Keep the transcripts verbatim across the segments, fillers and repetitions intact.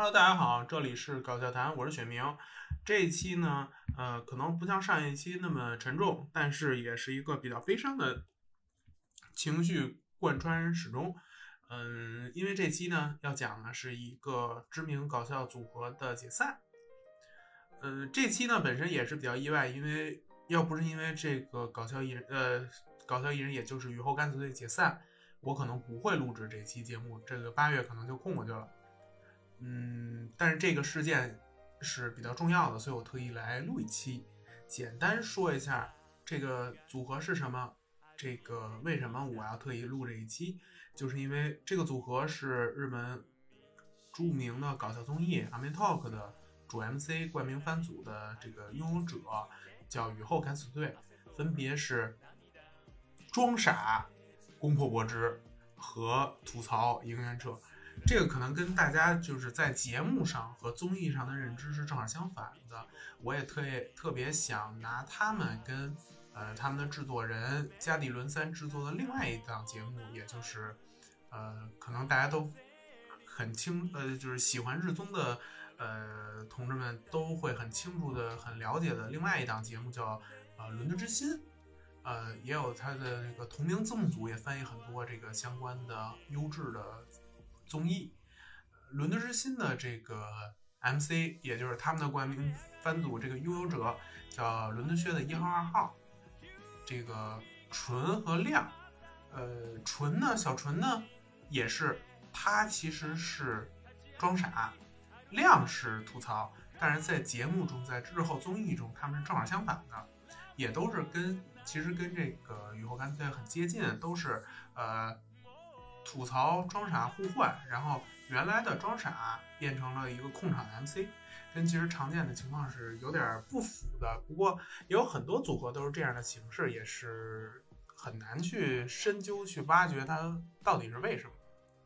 Hello， 大家好，这里是搞笑谈，我是雪明。这一期呢，呃，可能不像上一期那么沉重，但是也是一个比较悲伤的情绪贯穿始终。嗯，因为这期呢要讲的是一个知名搞笑组合的解散。嗯，这期呢本身也是比较意外，因为要不是因为这个搞笑艺人，呃，搞笑艺人也就是雨后敢死队解散，我可能不会录制这期节目，这个八月可能就空过去了。嗯，但是这个事件是比较重要的，所以我特意来录一期，简单说一下这个组合是什么，这个为什么我要特意录这一期，就是因为这个组合是日本著名的搞笑综艺《阿 m Talk》的主 M C 冠名番组的这个拥有者，叫雨后敢死队，分别是装傻、攻破国之和吐槽应援者。这个可能跟大家就是在节目上和综艺上的认知是正好相反的。我也特别特别想拿他们跟呃他们的制作人加蒂伦三制作的另外一档节目，也就是呃可能大家都很清呃就是喜欢日综的呃同志们都会很清楚的很了解的另外一档节目叫呃伦敦之心。呃，也有他的那个同名字幕组也翻译很多这个相关的优质的综艺。伦敦之心的这个 M C， 也就是他们的冠名番组这个拥有者叫伦敦靴的一号二号。这个纯和亮，呃，纯呢，小纯呢，也是他其实是装傻，亮是吐槽，但是在节目中，在日后综艺中，他们是正好相反的，也都是跟其实跟这个雨后敢死队很接近，都是呃吐槽装傻互换，然后原来的装傻变成了一个控场的 M C， 跟其实常见的情况是有点不符的。不过也有很多组合都是这样的形式，也是很难去深究去挖掘它到底是为什么。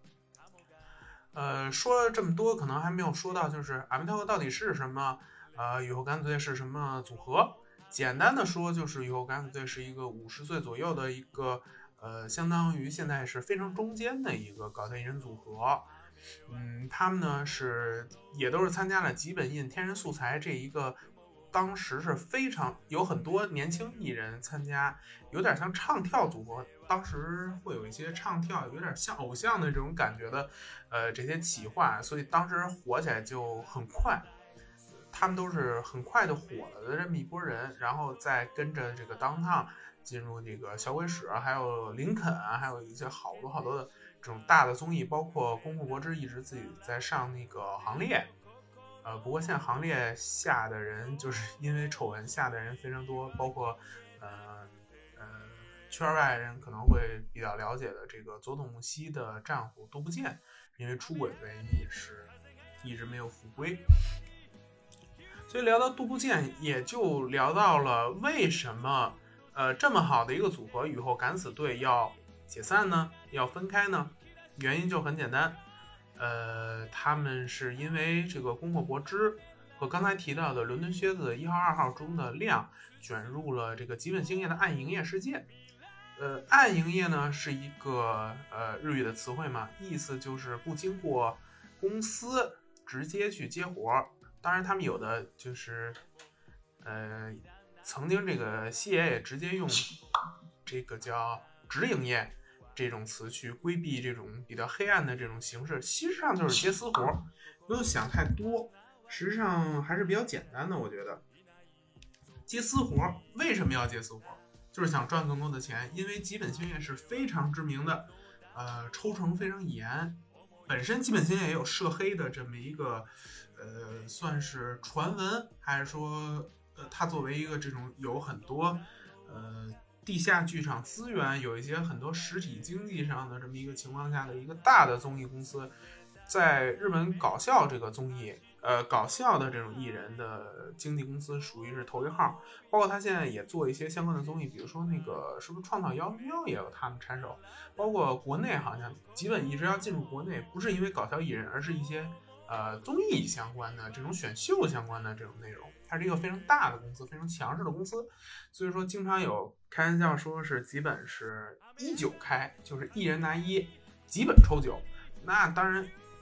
呃，说了这么多，可能还没有说到就是阿米特克到底是什么，呃，雨后敢死队是什么组合。简单的说，就是雨后敢死队是一个五十岁左右的一个，呃，相当于现在是非常中间的一个搞笑艺人组合。嗯，他们呢是也都是参加了吉本印天然素材这一个，当时是非常有很多年轻艺人参加，有点像唱跳组合，当时会有一些唱跳有点像偶像的这种感觉的，呃，这些企划，所以当时火起来就很快。他们都是很快的火了的这么一波人，然后再跟着这个 Downtown 进入这个小鬼使，还有林肯啊，还有一些好多好多的这种大的综艺，包括功夫国之一直自己在上那个行列。呃，不过现在行列下的人就是因为丑闻下的人非常多，包括呃呃圈外人可能会比较了解的这个佐藤木希的丈夫都不见，因为出轨的原因也是一直没有复归。所以聊到杜部健，也就聊到了为什么呃这么好的一个组合雨后敢死队要解散呢，要分开呢？原因就很简单，呃，他们是因为这个攻破国之和刚才提到的伦敦靴子一号二号中的亮卷入了这个吉本兴业的暗营业事件。呃，暗营业呢是一个呃日语的词汇嘛，意思就是不经过公司直接去接活。当然他们有的就是呃曾经这个西野也直接用这个叫直营业这种词去规避这种比较黑暗的这种形式，实际上就是接私活，不用想太多，实际上还是比较简单的。我觉得接私活为什么要接私活，就是想赚更多的钱，因为吉本兴业是非常知名的，呃，抽成非常严，本身吉本兴业也有涉黑的这么一个呃，算是传闻，还是说，呃，它作为一个这种有很多，呃，地下剧场资源，有一些很多实体经济上的这么一个情况下的一个大的综艺公司，在日本搞笑这个综艺，呃，搞笑的这种艺人的经纪公司属于是头一号，包括他现在也做一些相关的综艺，比如说那个是不是创造幺零幺也有他们插手，包括国内好像基本一直要进入国内，不是因为搞笑艺人，而是一些。呃，综艺相关的这种选秀相关的这种内容，它是一个非常大的公司，非常强势的公司，所以说经常有开玩笑说是基本是一九开，就是一人拿一，基本抽九。那当然，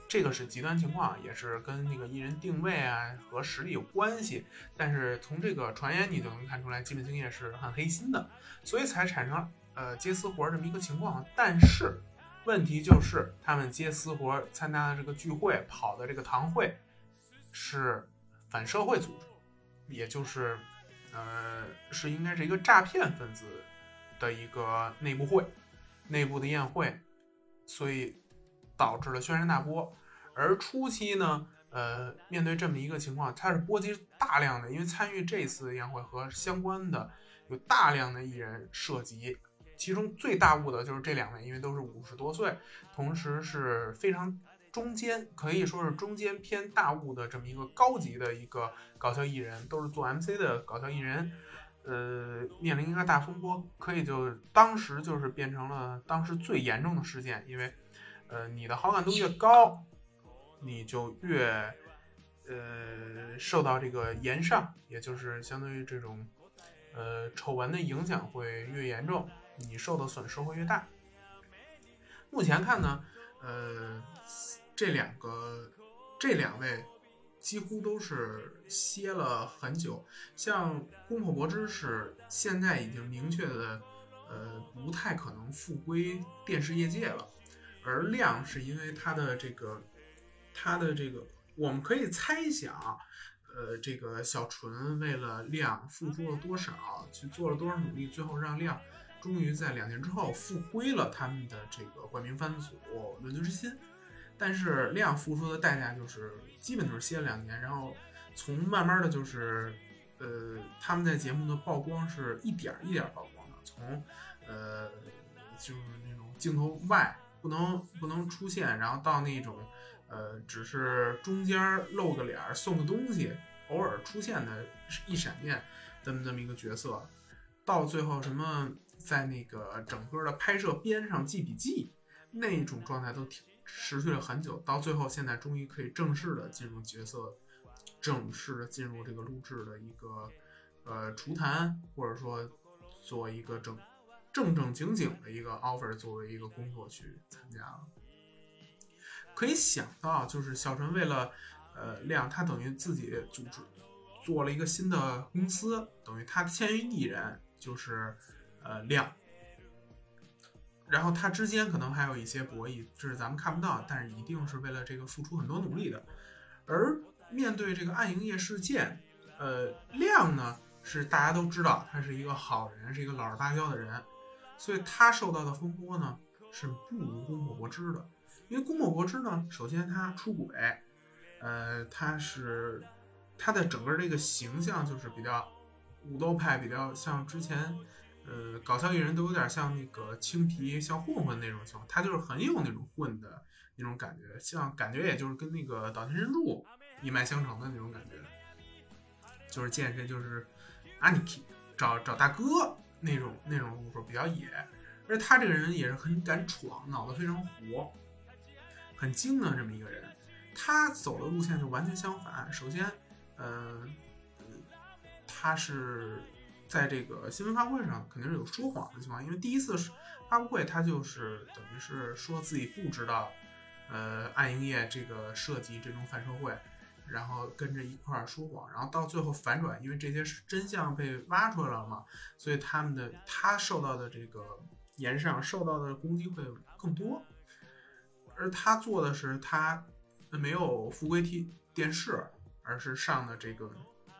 这个是极端情况，也是跟那个艺人定位啊和实力有关系。但是从这个传言你就能看出来，基本兴业是很黑心的，所以才产生呃接私活这么一个情况。但是问题就是他们接私活参加的这个聚会，跑的这个堂会是反社会组织，也就是呃是应该是一个诈骗分子的一个内部会、内部的宴会，所以导致了轩然大波。而初期呢，呃，面对这么一个情况，它是波及大量的，因为参与这次宴会和相关的有大量的艺人涉及，其中最大物的就是这两位，因为都是五十多岁，同时是非常中间，可以说是中间偏大物的这么一个高级的一个搞笑艺人，都是做 M C 的搞笑艺人。呃，面临一个大风波，可以就当时就是变成了当时最严重的事件，因为呃你的好感度越高，你就越呃受到这个延上，也就是相当于这种呃丑闻的影响会越严重，你受的损失会越大。目前看呢，呃，这两个这两位几乎都是歇了很久，像宫破博之是现在已经明确的，呃，不太可能复归电视业界了，而亮是因为他的这个，他的这个，我们可以猜想，呃，这个小纯为了亮付出了多少，去做了多少努力，最后让亮终于在两年之后复归了他们的这个冠名番组《伦敦之心》。但是亮付出的代价就是基本就是歇了两年，然后从慢慢的就是呃他们在节目的曝光是一点一点曝光的，从呃就是那种镜头外不能不能出现，然后到那种呃只是中间露个脸送个东西，偶尔出现的一闪电这么这么一个角色，到最后什么在那个整个的拍摄边上记笔记那种状态都挺持续了很久，到最后现在终于可以正式的进入角色，正式的进入这个录制的一个呃厨谈，或者说做一个正正正经经的一个 offer 作为一个工作去参加了。可以想到，就是小陈为了呃亮，他等于自己组织做了一个新的公司，等于他签约艺人就是呃亮。然后他之间可能还有一些博弈，这是咱们看不到，但是一定是为了这个付出很多努力的。而面对这个暗营业事件，呃，亮呢是大家都知道他是一个好人，是一个老实巴交的人，所以他受到的风波呢是不如宫破博之的。因为宫破博之呢，首先他出轨，呃，他是他的整个这个形象就是比较武斗派，比较像之前。呃，搞笑艺人都有点像那个青皮像混混那种情况，他就是很有那种混的那种感觉，像感觉也就是跟那个岛田伸柱一脉相承的那种感觉，就是见谁就是阿尼基找找大哥那种那种路数比较野，而他这个人也是很敢闯，脑子非常活，很精的这么一个人。他走的路线就完全相反，首先，呃，他是。在这个新闻发布会上肯定是有说谎的情况，因为第一次发布会他就是等于是说自己不知道呃暗营业这个涉及这种反社会，然后跟着一块说谎，然后到最后反转，因为这些真相被挖出来了嘛，所以他们的他受到的这个言上受到的攻击会更多。而他做的是他没有复归电视，而是上的这个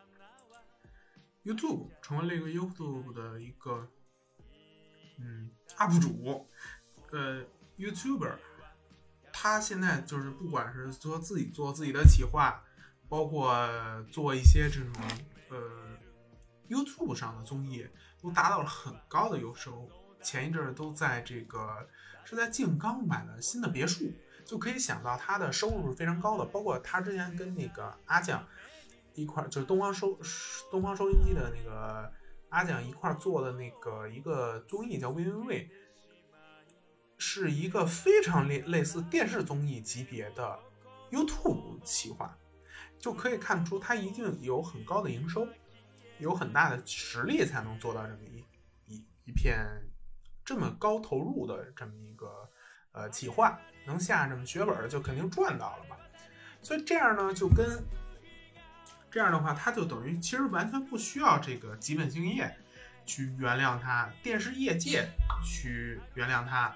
YouTube， 成为了一个 YouTube 的一个嗯 U P 主，呃 YouTuber， 他现在就是不管是做自己做自己的企划，包括做一些这种呃 YouTube 上的综艺，都达到了很高的优收。前一阵都在这个是在静冈买了新的别墅，就可以想到他的收入是非常高的。包括他之前跟那个阿酱。一块就是东方收东方收音机的那个阿蒋一块做的那个一个综艺叫《Win Win Win》，是一个非常类类似电视综艺级别的 YouTube 企划，就可以看出他一定有很高的营收，有很大的实力才能做到这么一一一片这么高投入的这么一个呃企划，能下这么血本就肯定赚到了嘛。所以这样呢，就跟这样的话，他就等于其实完全不需要这个吉本兴业去原谅他，电视业界去原谅他，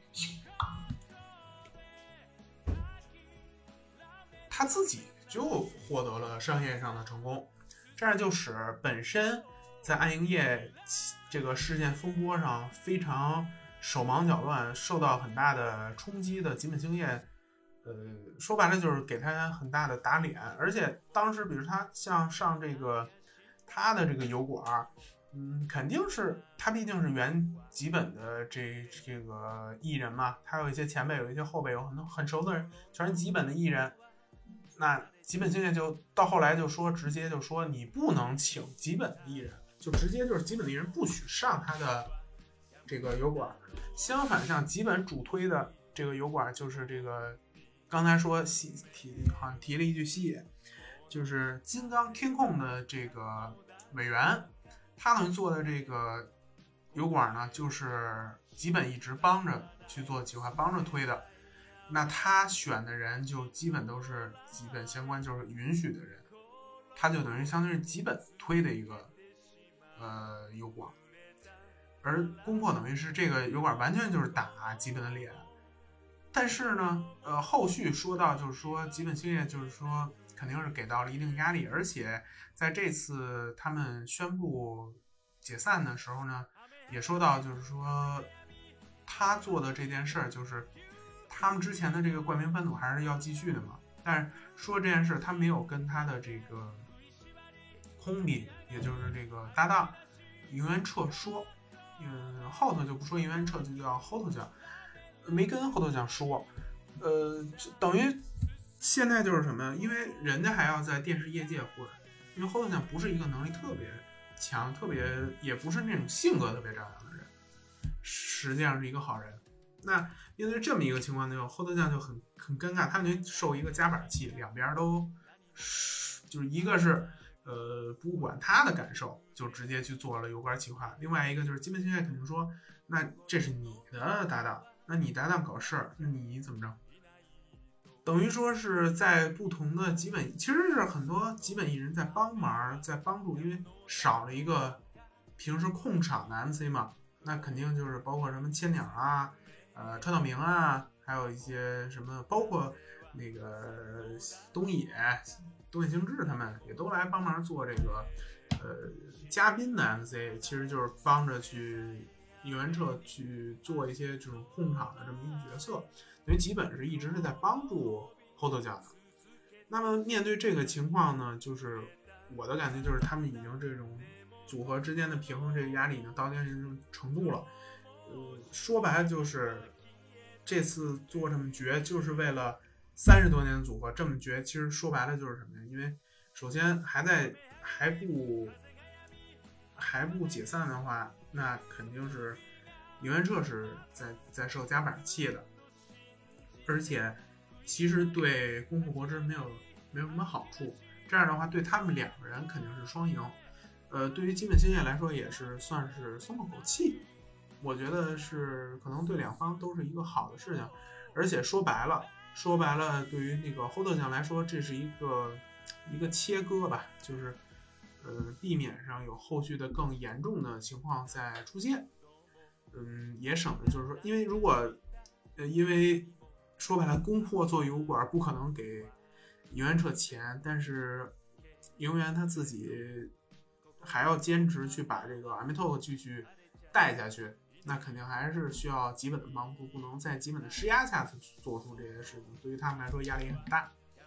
他自己就获得了商业上的成功。这样就使本身在暗营业这个事件风波上非常手忙脚乱、受到很大的冲击的吉本兴业，呃，说白了就是给他很大的打脸。而且当时，比如他像上这个他的这个油管，嗯，肯定是他毕竟是原吉本的这这个艺人嘛，他有一些前辈，有一些后辈，有很多很熟的人，全是吉本的艺人。那吉本兴业就到后来就说，直接就说你不能请吉本的艺人，就直接就是吉本的艺人不许上他的这个油管。相反，像吉本主推的这个油管，就是这个刚才说西提好像提了一句西，就是金刚 King Kong 的这个委员，他能做的这个油管呢，就是吉本一直帮着去做企划，帮着推的。那他选的人就基本都是吉本相关，就是允许的人，他就等于相当于是吉本推的一个呃油管。而攻破等于是这个油管完全就是打吉本的脸。但是呢，呃，后续说到就是说吉本兴业就是说肯定是给到了一定压力，而且在这次他们宣布解散的时候呢，也说到就是说他做的这件事儿，就是他们之前的这个冠名分组还是要继续的嘛。但是说这件事，他没有跟他的这个空比，也就是这个搭档营元彻说。嗯，后头就不说营元彻，就叫后头讲，没跟后头讲说，呃，等于现在就是什么？因为人家还要在电视业界混，因为后头讲不是一个能力特别强、特别也不是那种性格特别张扬的人，实际上是一个好人。那面对这么一个情况呢，后头讲就很很尴尬，他们就受一个夹板气，两边都就是一个是。呃，不管他的感受，就直接去做了油管企划。另外一个就是基本现在肯定说，那这是你的搭档，那你搭档搞事儿，那你怎么着？等于说是在不同的基本，其实是很多基本艺人在帮忙，在帮助，因为少了一个平时控场的 M C 嘛，那肯定就是包括什么千鸟啊，呃，川岛明啊，还有一些什么，包括那个东野。东野幸治他们也都来帮忙做这个呃嘉宾的 M C， 其实就是帮着去应援彻去做一些这种控场的这么一个角色，因为基本是一直是在帮助后头奖的。那么面对这个情况呢，就是我的感觉就是他们已经这种组合之间的平衡这个压力呢到这种程度了。呃，说白了就是这次做这么绝就是为了三十多年的组合这么绝，其实说白了就是什么呀？因为首先还在还不还不解散的话，那肯定是应援彻是在在受夹板气的，而且其实对宫户博之没有没有什么好处。这样的话，对他们两个人肯定是双赢。呃，对于基本兴业来说，也是算是松了口气。我觉得是可能对两方都是一个好的事情，而且说白了。说白了，对于那个后头奖来说，这是一个一个切割吧，就是呃避免上有后续的更严重的情况再出现。嗯，也省得就是说，因为如果呃因为说白了，攻破做油管不可能给营元彻钱，但是营元他自己还要坚持去把这个 Amitalk 继续带下去。那肯定还是需要基本的帮助，不能在基本的施压下做出这些事情，对于他们来说压力很大。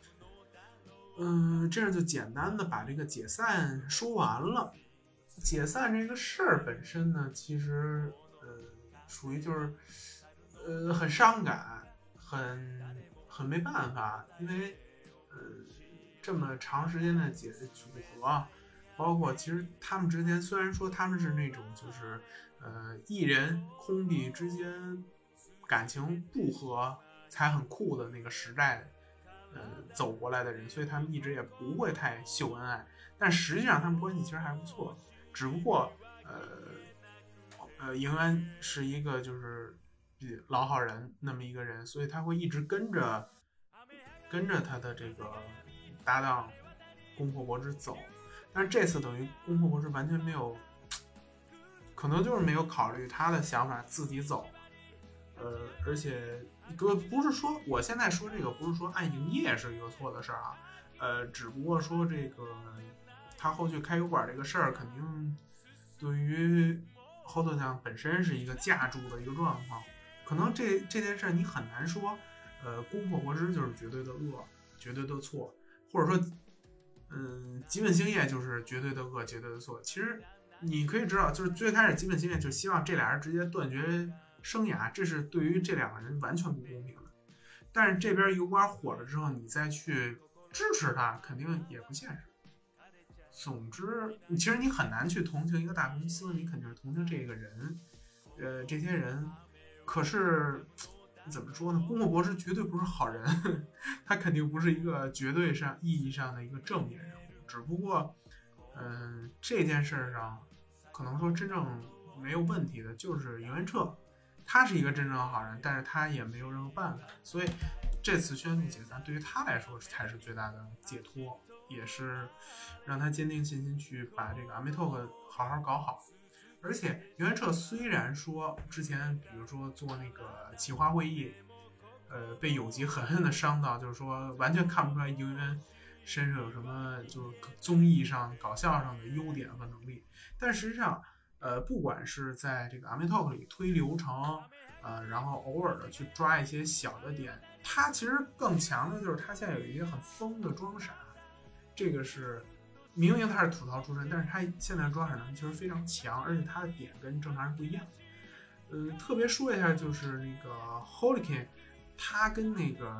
嗯，这样就简单的把这个解散说完了。解散这个事儿本身呢，其实呃属于就是呃很伤感，很很没办法，因为呃这么长时间的解组合，包括其实他们之间虽然说他们是那种就是呃艺人空比之间感情不和才很酷的那个时代呃走过来的人，所以他们一直也不会太秀恩爱，但实际上他们关系其实还不错，只不过呃呃营元是一个就是比老好人那么一个人，所以他会一直跟着跟着他的这个搭档宫破博之走。但是这次等于宫破博之完全没有，可能就是没有考虑他的想法，自己走。呃，而且不不是说我现在说这个不是说按营业是一个错的事儿啊，呃，只不过说这个他后续开油管这个事儿，肯定对于后头奖本身是一个架住的一个状况，可能这这件事你很难说，呃，攻破国之就是绝对的恶，绝对的错，或者说，嗯，吉本兴业就是绝对的恶，绝对的错。其实你可以知道，就是最开始吉本兴业就希望这俩人直接断绝生涯，这是对于这两个人完全不公平的。但是这边油管火了之后，你再去支持他，肯定也不现实。总之，其实你很难去同情一个大公司，你肯定是同情这个人，呃，这些人。可是怎么说呢？宫破博之绝对不是好人，他肯定不是一个绝对上意义上的一个正面人物。只不过，嗯、呃，这件事上，可能说真正没有问题的就是萤原彻，他是一个真正的好人，但是他也没有任何办法，所以这次宣布解散对于他来说才是最大的解脱。也是让他坚定信心去把这个阿美托克好好搞好。而且萤原彻虽然说之前比如说做那个企划会议，呃，被有吉狠狠的伤到，就是说完全看不出来萤原身上有什么就是综艺上搞笑上的优点和能力。但实际上呃，不管是在这个阿美托克里推流程，呃，然后偶尔的去抓一些小的点，他其实更强的就是他现在有一些很疯的装傻。这个是明明他是吐槽出身，但是他现在装傻能力其实非常强，而且他的点跟正常人不一样。呃，特别说一下就是那个 Holikin， 他跟那个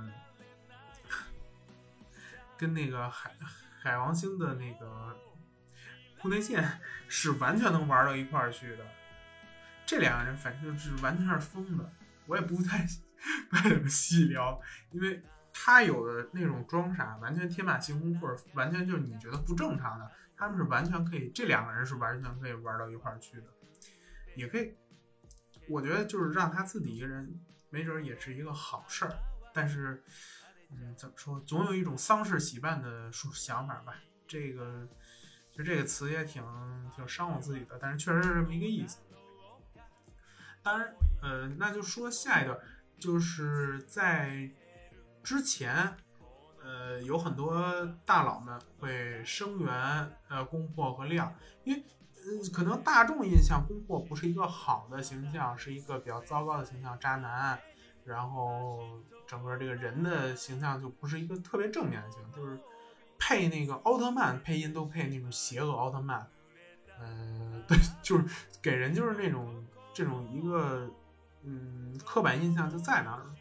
跟那个海海王星的那个库内线是完全能玩到一块儿去的。这两个人反正就是完全是疯的，我也不太不太怎么细聊，因为他有的那种装傻完全天马行空，或者完全就是你觉得不正常的，他们是完全可以，这两个人是完全可以玩到一块儿去的。也可以，我觉得就是让他自己一个人没准也是一个好事儿。但是嗯，怎么说，总有一种丧事喜办的想法吧。这个其实这个词也挺挺伤我自己的，但是确实是这么一个意思。当然呃，那就说下一段，就是在之前，呃，有很多大佬们会声援呃宫破和亮，因为、呃、可能大众印象宫破不是一个好的形象，是一个比较糟糕的形象，渣男，然后整个这个人的形象就不是一个特别正面的形象，就是配那个奥特曼配音都配那种邪恶奥特曼，呃，对，就是给人就是那种这种一个嗯刻板印象就在那儿。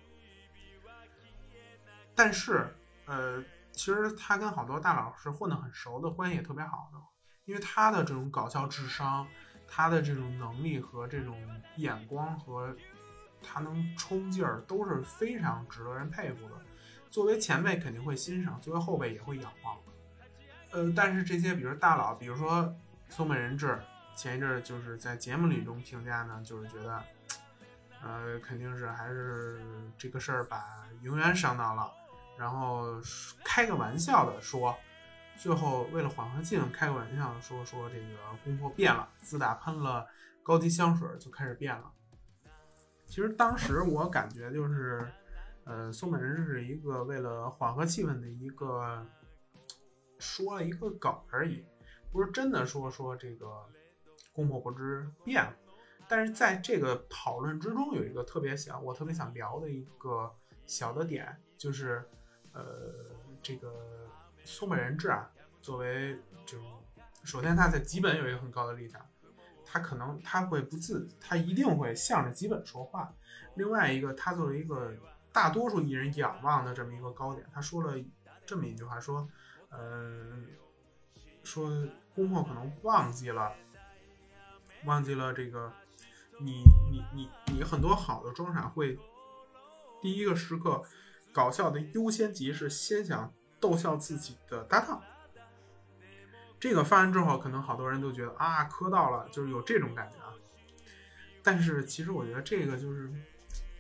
但是，呃，其实他跟好多大佬是混得很熟的，关系也特别好的，因为他的这种搞笑智商，他的这种能力和这种眼光和他能冲劲儿都是非常值得人佩服的。作为前辈肯定会欣赏，作为后辈也会仰望。呃，但是这些比如大佬，比如说松本人志，前一阵就是在节目里中评价呢，就是觉得，呃，肯定是还是这个事儿把萤原伤到了。然后开个玩笑的说，最后为了缓和气氛，开个玩笑的说说这个宫破变了，自打喷了高级香水就开始变了。其实当时我感觉就是，呃，松本人是一个为了缓和气氛的一个说了一个梗而已，不是真的说说这个宫破博之变了。但是在这个讨论之中，有一个特别想我特别想聊的一个小的点，就是呃，这个松本人志啊，作为这种，首先他在吉本有一个很高的立场，他可能他会不自，他一定会向着吉本说话。另外一个，他作为一个大多数艺人仰望的这么一个高点，他说了这么一句话，说，呃，说宫破可能忘记了，忘记了这个，你你你你很多好的装傻会，第一个时刻。搞笑的优先级是先想逗笑自己的搭档。这个发完之后，可能好多人都觉得啊，磕到了，就是有这种感觉啊。但是其实我觉得这个就是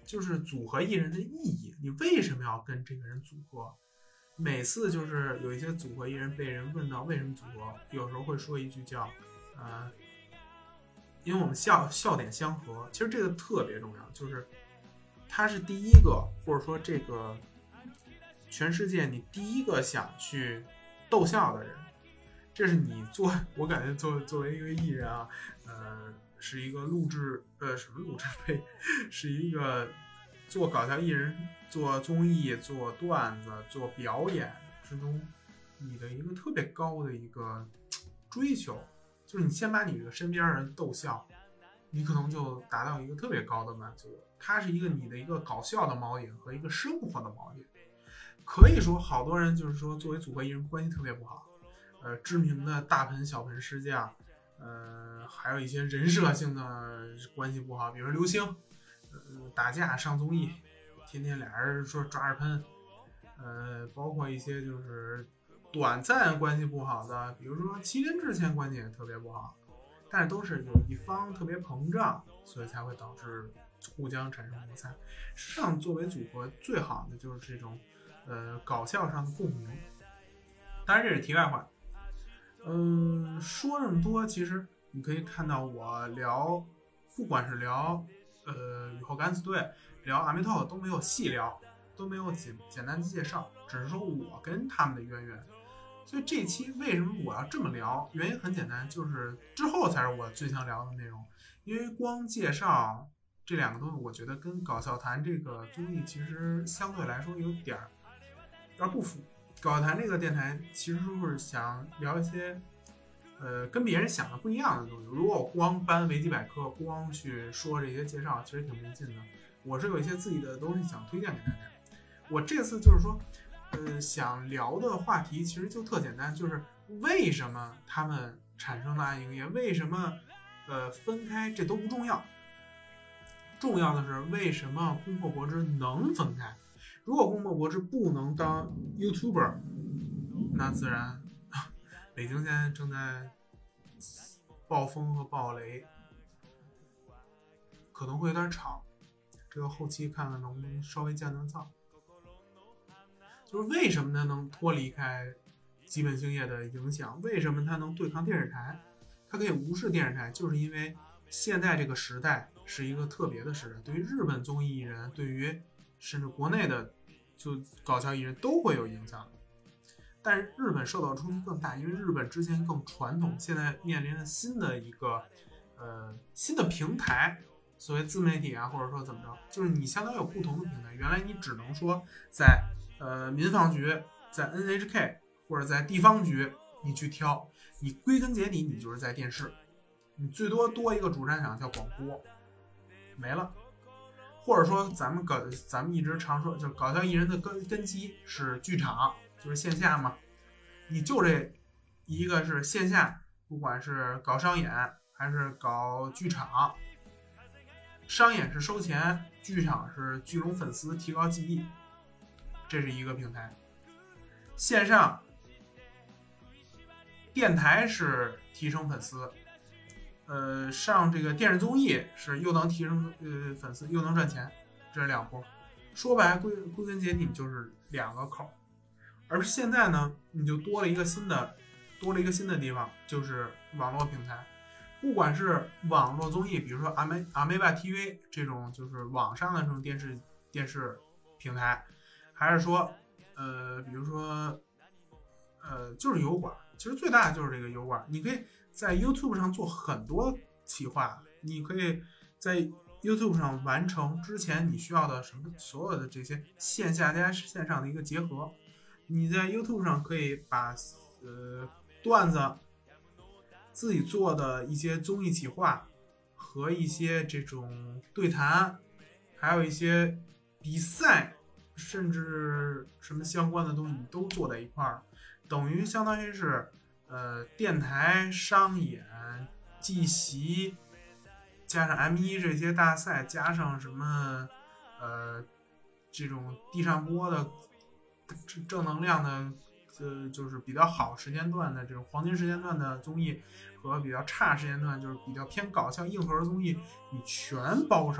就是组合艺人的意义，你为什么要跟这个人组合？每次就是有一些组合艺人被人问到为什么组合，有时候会说一句叫呃，因为我们笑笑点相合。其实这个特别重要，就是他是第一个，或者说这个全世界你第一个想去逗笑的人，这是你做，我感觉作作为一个艺人啊，呃，是一个录制，呃，什么录制费，是一个做搞笑艺人、做综艺、做段子、做表演之中，你的一个特别高的一个追求，就是你先把你这个身边人逗笑，你可能就达到一个特别高的满足。它是一个你的一个搞笑的锚点和一个生活的锚点。可以说，好多人就是说，作为组合艺人关系特别不好。呃，知名的大盆小盆事件，呃，还有一些人设性的关系不好，比如说刘星，呃，打架上综艺，天天俩人说抓着喷，呃，包括一些就是短暂关系不好的，比如说麒麟之前关系也特别不好，但是都是有一方特别膨胀，所以才会导致互相产生摩擦。实际上，作为组合最好的就是这种呃搞笑上的共鸣。当然这是题外话。嗯、呃，说这么多，其实你可以看到我聊，不管是聊呃雨后敢死队，聊阿弥陀佛都没有细聊，都没有简简单的介绍，只是说我跟他们的渊源。所以这期为什么我要这么聊？原因很简单，就是之后才是我最想聊的内容。因为光介绍这两个东西，我觉得跟搞笑谈这个综艺其实相对来说有点儿有点不符。搞笑谈这个电台其实就是想聊一些呃跟别人想的不一样的东西。如果我光搬维基百科，光去说这些介绍，其实挺没劲的。我是有一些自己的东西想推荐给大家。我这次就是说呃想聊的话题其实就特简单，就是为什么他们产生了爱营业，为什么呃分开，这都不重要。重要的是为什么宫破博之能分开。如果宫破博之不能当 YouTuber， 那自然北京现在正在暴风和暴雷，可能会有点吵，这个后期看看能不能稍微降降噪。就是为什么它能脱离开基本兴业的影响，为什么它能对抗电视台，它可以无视电视台，就是因为现在这个时代是一个特别的时代，对于日本综艺艺人，对于甚至国内的就搞笑艺人都会有影响。但是日本受到冲击更大，因为日本之前更传统，现在面临了新的一个呃新的平台，所谓自媒体啊，或者说怎么着，就是你相当于有不同的平台。原来你只能说在呃民防局，在 N H K 或者在地方局你去挑，你归根结底你就是在电视，你最多多一个主战场叫广播，没了。或者说咱们搞咱们一直常说，就是搞笑艺人的根根基是剧场，就是线下嘛。你就这一个是线下，不管是搞商演还是搞剧场，商演是收钱，剧场是聚拢粉丝提高记忆，这是一个平台。线上电台是提升粉丝，呃，上这个电视综艺是又能提升呃粉丝又能赚钱，这是两波。说白归归根结底就是两个口。而现在呢，你就多了一个新的，多了一个新的地方，就是网络平台。不管是网络综艺，比如说阿梅阿梅巴 T V 这种，就是网上的这种电视电视平台，还是说，呃，比如说，呃，就是油管。其实最大的就是这个油管，你可以在 YouTube 上做很多企划，你可以在 YouTube 上完成之前你需要的什么所有的这些线下加线上的一个结合。你在 YouTube 上可以把呃段子自己做的一些综艺企划和一些这种对谈，还有一些比赛，甚至什么相关的东西你都做在一块儿，等于相当于是呃电台、商演、记习，加上 M 一 这些大赛，加上什么呃这种地上播的正能量的，呃，就是比较好时间段的这种黄金时间段的综艺，和比较差时间段就是比较偏搞笑硬核的综艺，你全包上，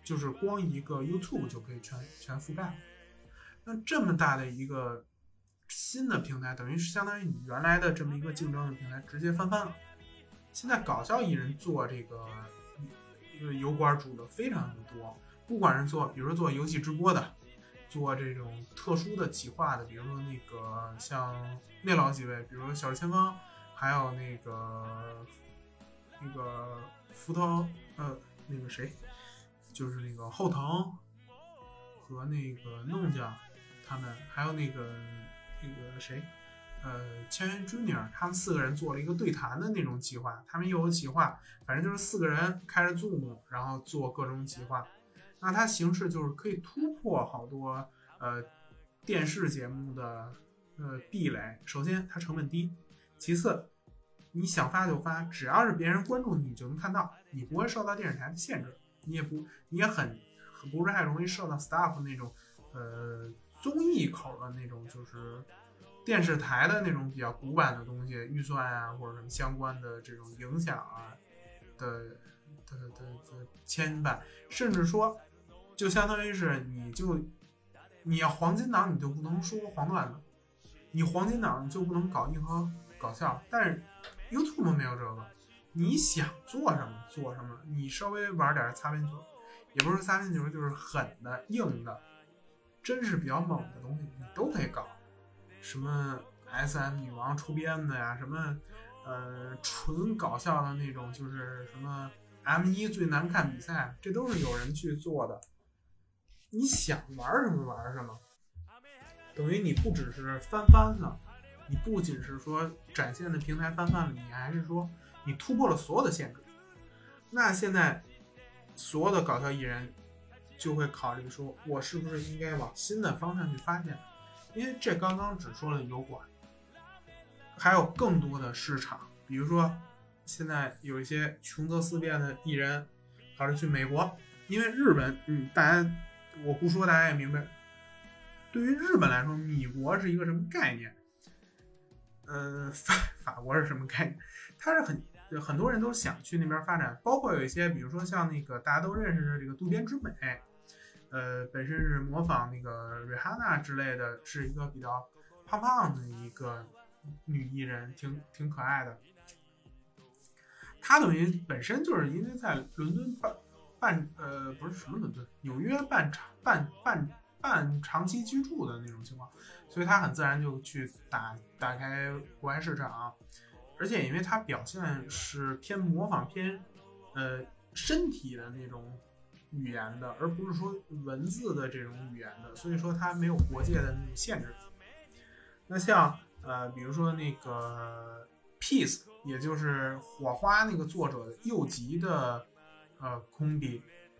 就是光一个 YouTube 就可以全全覆盖了。那这么大的一个新的平台，等于是相当于你原来的这么一个竞争的平台直接翻番了。现在搞笑艺人做这个油管主的非常的多，不管是做比如说做游戏直播的，做这种特殊的企划的，比如说那个像那老几位，比如说小日千方，还有那个那个福头呃那个谁，就是那个后藤和那个弄酱他们，还有那个那个谁呃千源 Junior 他们四个人做了一个对谈的那种企划，他们又有企划，反正就是四个人开着 Zoom 然后做各种企划。那它形式就是可以突破好多呃电视节目的呃壁垒。首先它成本低，其次你想发就发，只要是别人关注你，你就能看到，你不会受到电视台的限制，你也不你也很不是太容易受到 staff 那种呃综艺口的那种，就是电视台的那种比较古板的东西，预算啊或者什么相关的这种影响啊的的的的牵绊，甚至说就相当于是你就你要黄金档你就不能说黄段子，你黄金档你就不能搞硬核搞笑，但是 YouTube 没有这个，你想做什么做什么，你稍微玩点擦边球，也不是擦边球，就是狠的硬的真是比较猛的东西你都可以搞，什么 S M 女王出编的呀，什么呃纯搞笑的那种，就是什么 M 一 最难看比赛，这都是有人去做的，你想玩什么玩什么，等于你不只是翻番了，你不仅是说展现的平台翻番了，你还是说你突破了所有的限制。那现在所有的搞笑艺人就会考虑说，我是不是应该往新的方向去发展？因为这刚刚只说了油管，还有更多的市场，比如说现在有一些穷则思变的艺人考虑去美国，因为日本，嗯，大家我不说大家也明白，对于日本来说，米国是一个什么概念？呃，法法国是什么概念？它是很很多人都想去那边发展，包括有一些，比如说像那个大家都认识的这个渡边直美，呃，本身是模仿那个瑞哈娜之类的，是一个比较胖胖的一个女艺人，挺挺可爱的。她等于本身就是因为在伦敦办办呃不是什么伦敦，纽约办办办办长期居住的那种情况，所以她很自然就去打打开国外市场，而且因为她表现是偏模仿偏呃身体的那种语言的，而不是说文字的这种语言的，所以说它没有国界的那种限制。那像呃，比如说那个 Peace， 也就是火花那个作者右吉的呃空笔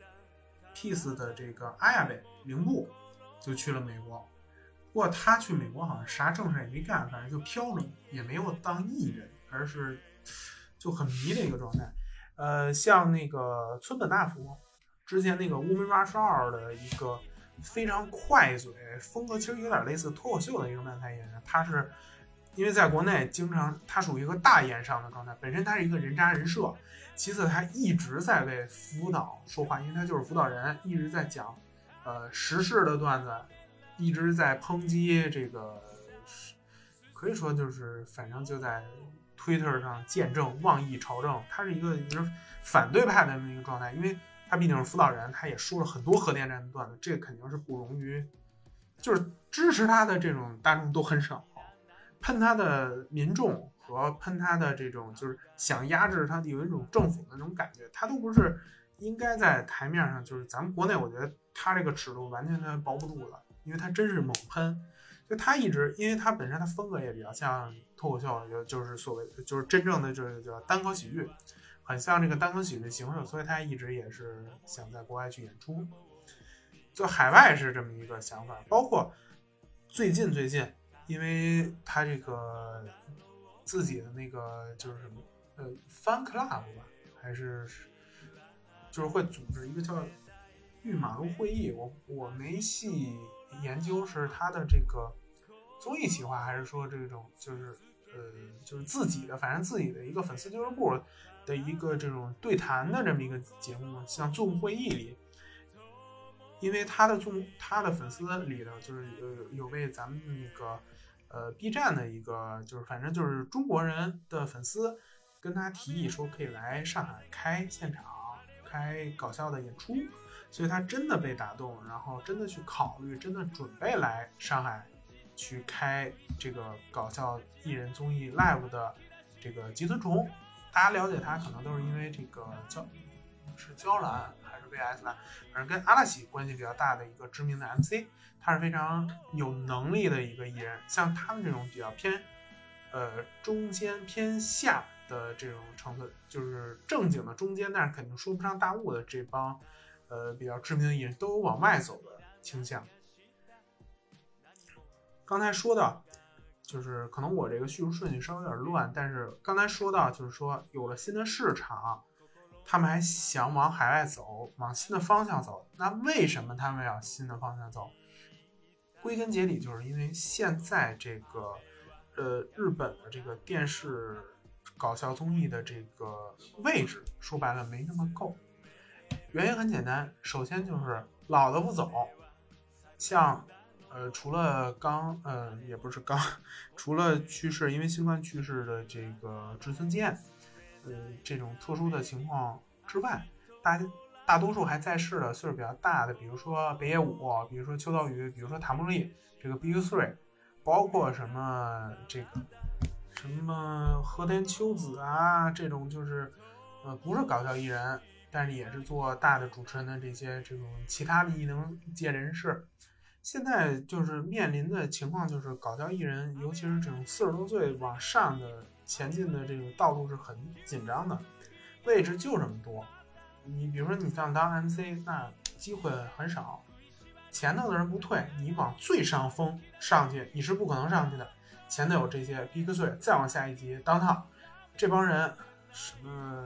Peace 的这个阿亚贝铃木就去了美国，不过他去美国好像啥正事也没干，反正就飘着，也没有当艺人，而是就很迷的一个状态。呃，像那个村本大辅之前那个乌梅巴十二的一个非常快嘴风格，其实有点类似脱口秀的一个漫才演员，他是因为在国内经常他属于一个大言上的状态，本身他是一个人渣人设，其次他一直在为辅导说话，因为他就是辅导人，一直在讲呃时事的段子，一直在抨击这个，可以说就是反正就在 Twitter 上见证妄议朝政，他是一个就是反对派的那个状态，因为他毕竟是辅导人，他也说了很多核电站的段子，这肯定是不容于，就是支持他的这种大众都很少，喷他的民众和喷他的这种就是想压制他有一种政府的那种感觉，他都不是应该在台面上，就是咱们国内我觉得他这个尺度完全他保不住了，因为他真是猛喷，就他一直因为他本身他风格也比较像脱口秀，就是所谓就是真正的这个叫单口喜剧，很像这个单口喜剧形式，所以他一直也是想在国外去演出，就海外是这么一个想法。包括最近最近因为他这个自己的那个就是什么呃 fan club 吧，还是就是会组织一个叫御马路会议，我我没细研究是他的这个综艺企划，还是说这种就是呃就是自己的，反正自己的一个粉丝俱乐部的一个这种对谈的这么一个节目，像 Zoom 会议里， 因为他的综他的粉丝里头就是有有位咱们那个呃 B 站的一个就是反正就是中国人的粉丝跟他提议说可以来上海开现场开搞笑的演出，所以他真的被打动，然后真的去考虑，真的准备来上海去开这个搞笑艺人综艺 live 的这个吉村崇。大家了解他可能都是因为这个叫是娇兰还是 V S 兰，反正跟阿拉西关系比较大的一个知名的 M C， 他是非常有能力的一个艺人。像他们这种比较偏呃中间偏下的这种成分，就是正经的中间，但是肯定说不上大物的这帮呃比较知名的艺人都有往外走的倾向。刚才说到就是可能我这个叙述顺序稍微有点乱，但是刚才说到就是说有了新的市场，他们还想往海外走，往新的方向走。那为什么他们要新的方向走？归根结底就是因为现在这个呃日本的这个电视搞笑综艺的这个位置说白了没那么够。原因很简单，首先就是老的不走，像呃除了刚呃也不是刚，除了去世因为新冠去世的这个志村健，呃这种特殊的情况之外，大大多数还在世的岁数比较大的，比如说北野武，比如说秋刀鱼，比如说塔木利，这个 Big Three， 包括什么这个什么和田秋子啊，这种就是呃不是搞笑艺人，但是也是做大的主持人的这些这种其他的艺能界人士，现在就是面临的情况就是搞笑艺人，尤其是这种四十多岁往上的前进的这个道路是很紧张的，位置就这么多。你比如说你想当 M C， 那机会很少，前头的人不退，你往最上峰上去你是不可能上去的。前头有这些 Big Three， 再往下一级当套，这帮人什么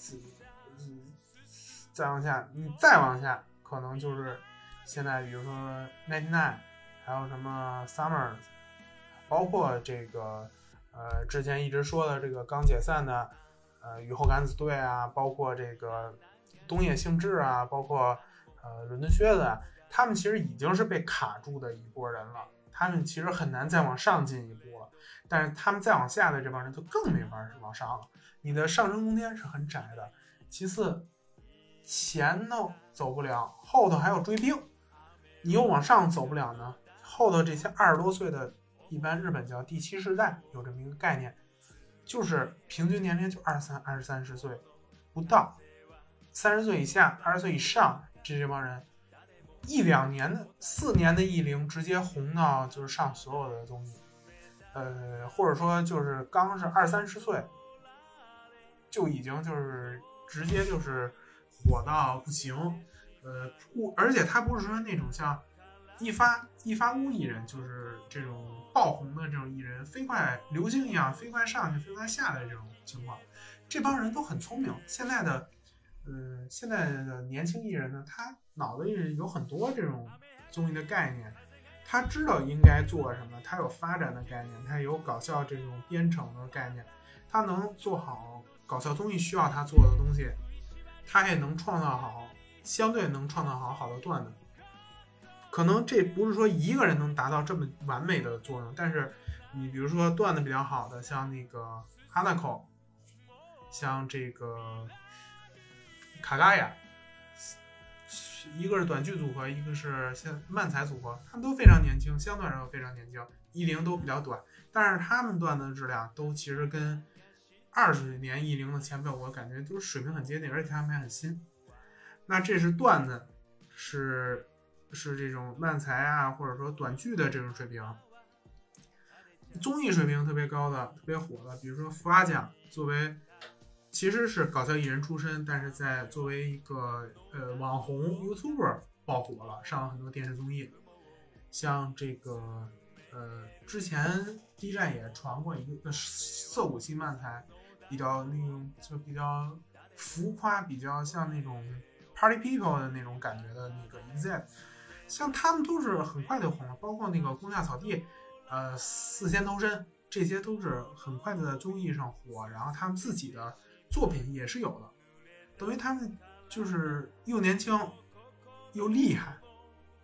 再往下，你再往下可能就是现在比如说 ninety nine， 还有什么 Summer， 包括这个呃之前一直说的这个刚解散的呃雨后橄子队啊，包括这个东野幸治啊，包括呃伦敦靴子啊，他们其实已经是被卡住的一波人了，他们其实很难再往上进一步了，但是他们再往下的这帮人就更没法往上了，你的上升空间是很窄的。其次前头走不了，后头还有追兵，你又往上走不了呢，后头这些二十多岁的，一般日本叫第七世代，有这么一个概念，就是平均年龄就二十三、二十三十岁不到，三十岁以下、二十岁以上，这这帮人一两年的、四年的艺龄，直接红到就是上所有的综艺，呃，或者说就是刚是二三十岁，就已经就是直接就是火到不行，呃，而且他不是说那种像一发一发屋艺人，就是这种爆红的这种艺人，飞快流星一样飞快上去飞快下来这种情况，这帮人都很聪明。现在的呃现在的年轻艺人呢，他脑子里有很多这种综艺的概念，他知道应该做什么，他有发展的概念，他有搞笑这种编程的概念，他能做好搞笑综艺需要他做的东西，他也能创造好，相对能创造好好的段子。可能这不是说一个人能达到这么完美的作用，但是你比如说段子比较好的，像那个哈纳口，像这个卡嘎亚，一个是短剧组合，一个是像漫才组合，他们都非常年轻，相对来说非常年轻，艺龄都比较短，但是他们段子的质量都其实跟二十年艺龄的前辈，我感觉都是水平很接近，而且他们还很新。那这是段子，是是这种漫才啊，或者说短剧的这种水平。综艺水平特别高的、特别火的，比如说福阿奖，作为其实是搞笑艺人出身，但是在作为一个呃网红 YouTuber 爆火了，上了很多电视综艺。像这个呃之前 B 站也传过一个涩谷系漫才，比较那种就比较浮夸，比较像那种 Party People 的那种感觉的那个 Exit， 像他们都是很快就红了，包括那个宫下草地。呃，四千头身，这些都是很快的在综艺上火，然后他们自己的作品也是有的，等于他们就是又年轻又厉害，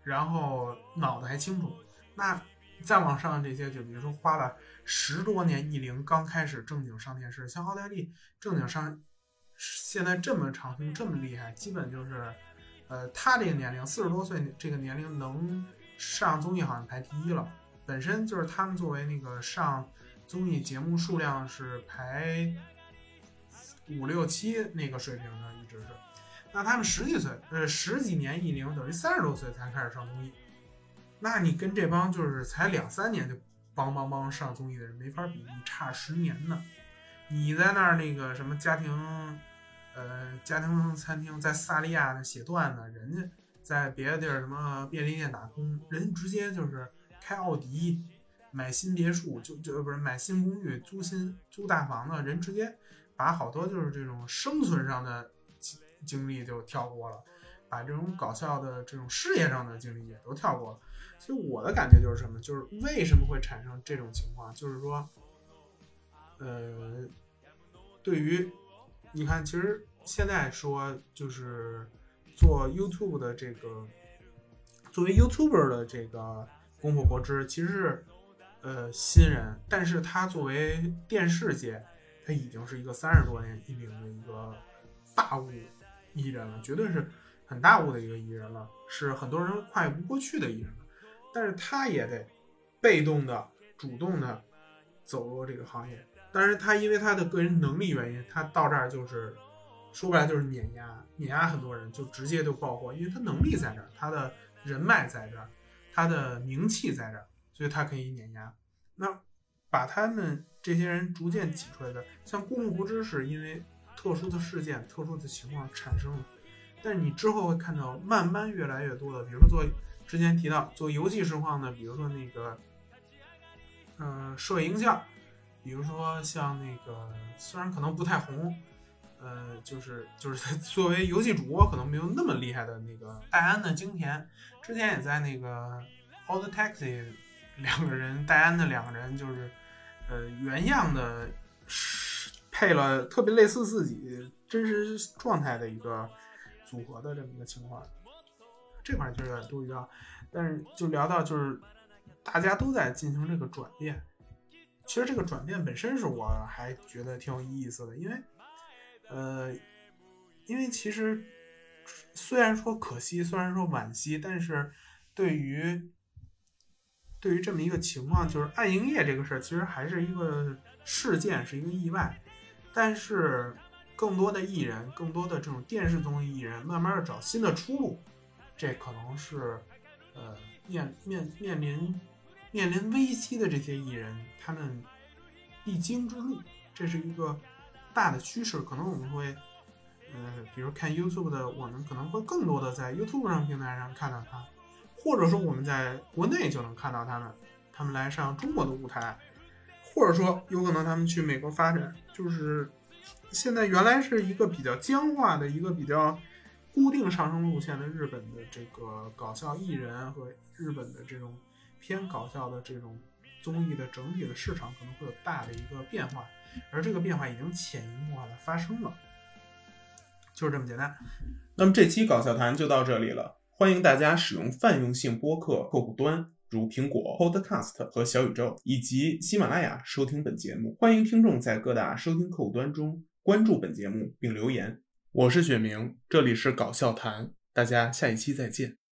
然后脑子还清楚。那再往上这些，就比如说花了十多年艺龄刚开始正经上电视，像奥黛丽正经上现在这么长青这么厉害，基本就是呃他这个年龄四十多岁这个年龄能上综艺好像排第一了，本身就是他们作为那个上综艺节目数量是排五六七那个水平的，一直是。那他们十几岁，呃，十几年艺龄，等于三十多岁才开始上综艺。那你跟这帮就是才两三年就帮帮帮上综艺的人没法比，你差十年呢。你在那儿那个什么家庭，呃，家庭餐厅，在萨利亚那写段子，人家在别的地儿什么便利店打工，人直接就是开奥迪，买新别墅，就就不是买新公寓，租新租大房子，人直接把好多就是这种生存上的经历就跳过了，把这种搞笑的这种事业上的经历也都跳过了。所以我的感觉就是什么，就是为什么会产生这种情况，就是说呃对于你看其实现在说就是做 YouTube 的这个作为 YouTuber 的这个宫本国之其实是呃新人，但是他作为电视界他已经是一个三十多年艺龄的一个大物艺人了，绝对是很大物的一个艺人了，是很多人跨越不过去的艺人了。但是他也得被动的、主动的走入这个行业。但是他因为他的个人能力原因，他到这儿就是说白了就是碾压，碾压很多人，就直接就爆火，因为他能力在这儿，他的人脉在这儿，他的名气在这儿，所以他可以碾压。那把他们这些人逐渐挤出来的，像宫本国之是因为特殊的事件、特殊的情况产生了，但是你之后会看到慢慢越来越多的，比如说做之前提到做游戏实况的，比如说那个呃摄影像，比如说像那个虽然可能不太红，呃就是就是作为游戏主播可能没有那么厉害的那个戴安的京田，之前也在那个 Old Taxi 两个人戴安的两个人就是呃原样的配了特别类似自己真实状态的一个组合的这么一个情况，这块就有点多余啊。但是就聊到就是大家都在进行这个转变，其实这个转变本身是我还觉得挺有意思的，因为呃，因为其实虽然说可惜，虽然说惋惜，但是对于对于这么一个情况，就是暗营业这个事儿，其实还是一个事件，是一个意外。但是更多的艺人，更多的这种电视综艺艺人，慢慢的找新的出路，这可能是呃面面面临面临危机的这些艺人他们必经之路，这是一个大的趋势。可能我们会呃，比如看 YouTube 的，我们可能会更多的在 YouTube 上平台上看到他，或者说我们在国内就能看到他们，他们来上中国的舞台，或者说有可能他们去美国发展。就是现在原来是一个比较僵化的一个比较固定上升路线的日本的这个搞笑艺人和日本的这种偏搞笑的这种综艺的整体的市场可能会有大的一个变化，而这个变化已经潜移默化的发生了，就是这么简单。 那么这期搞笑谈就到这里了，欢迎大家使用泛用性播客客户端如苹果 Podcast 和小宇宙以及喜马拉雅收听本节目。欢迎听众在各大收听客户端中关注本节目并留言。我是雪明，这里是搞笑谈，大家下一期再见。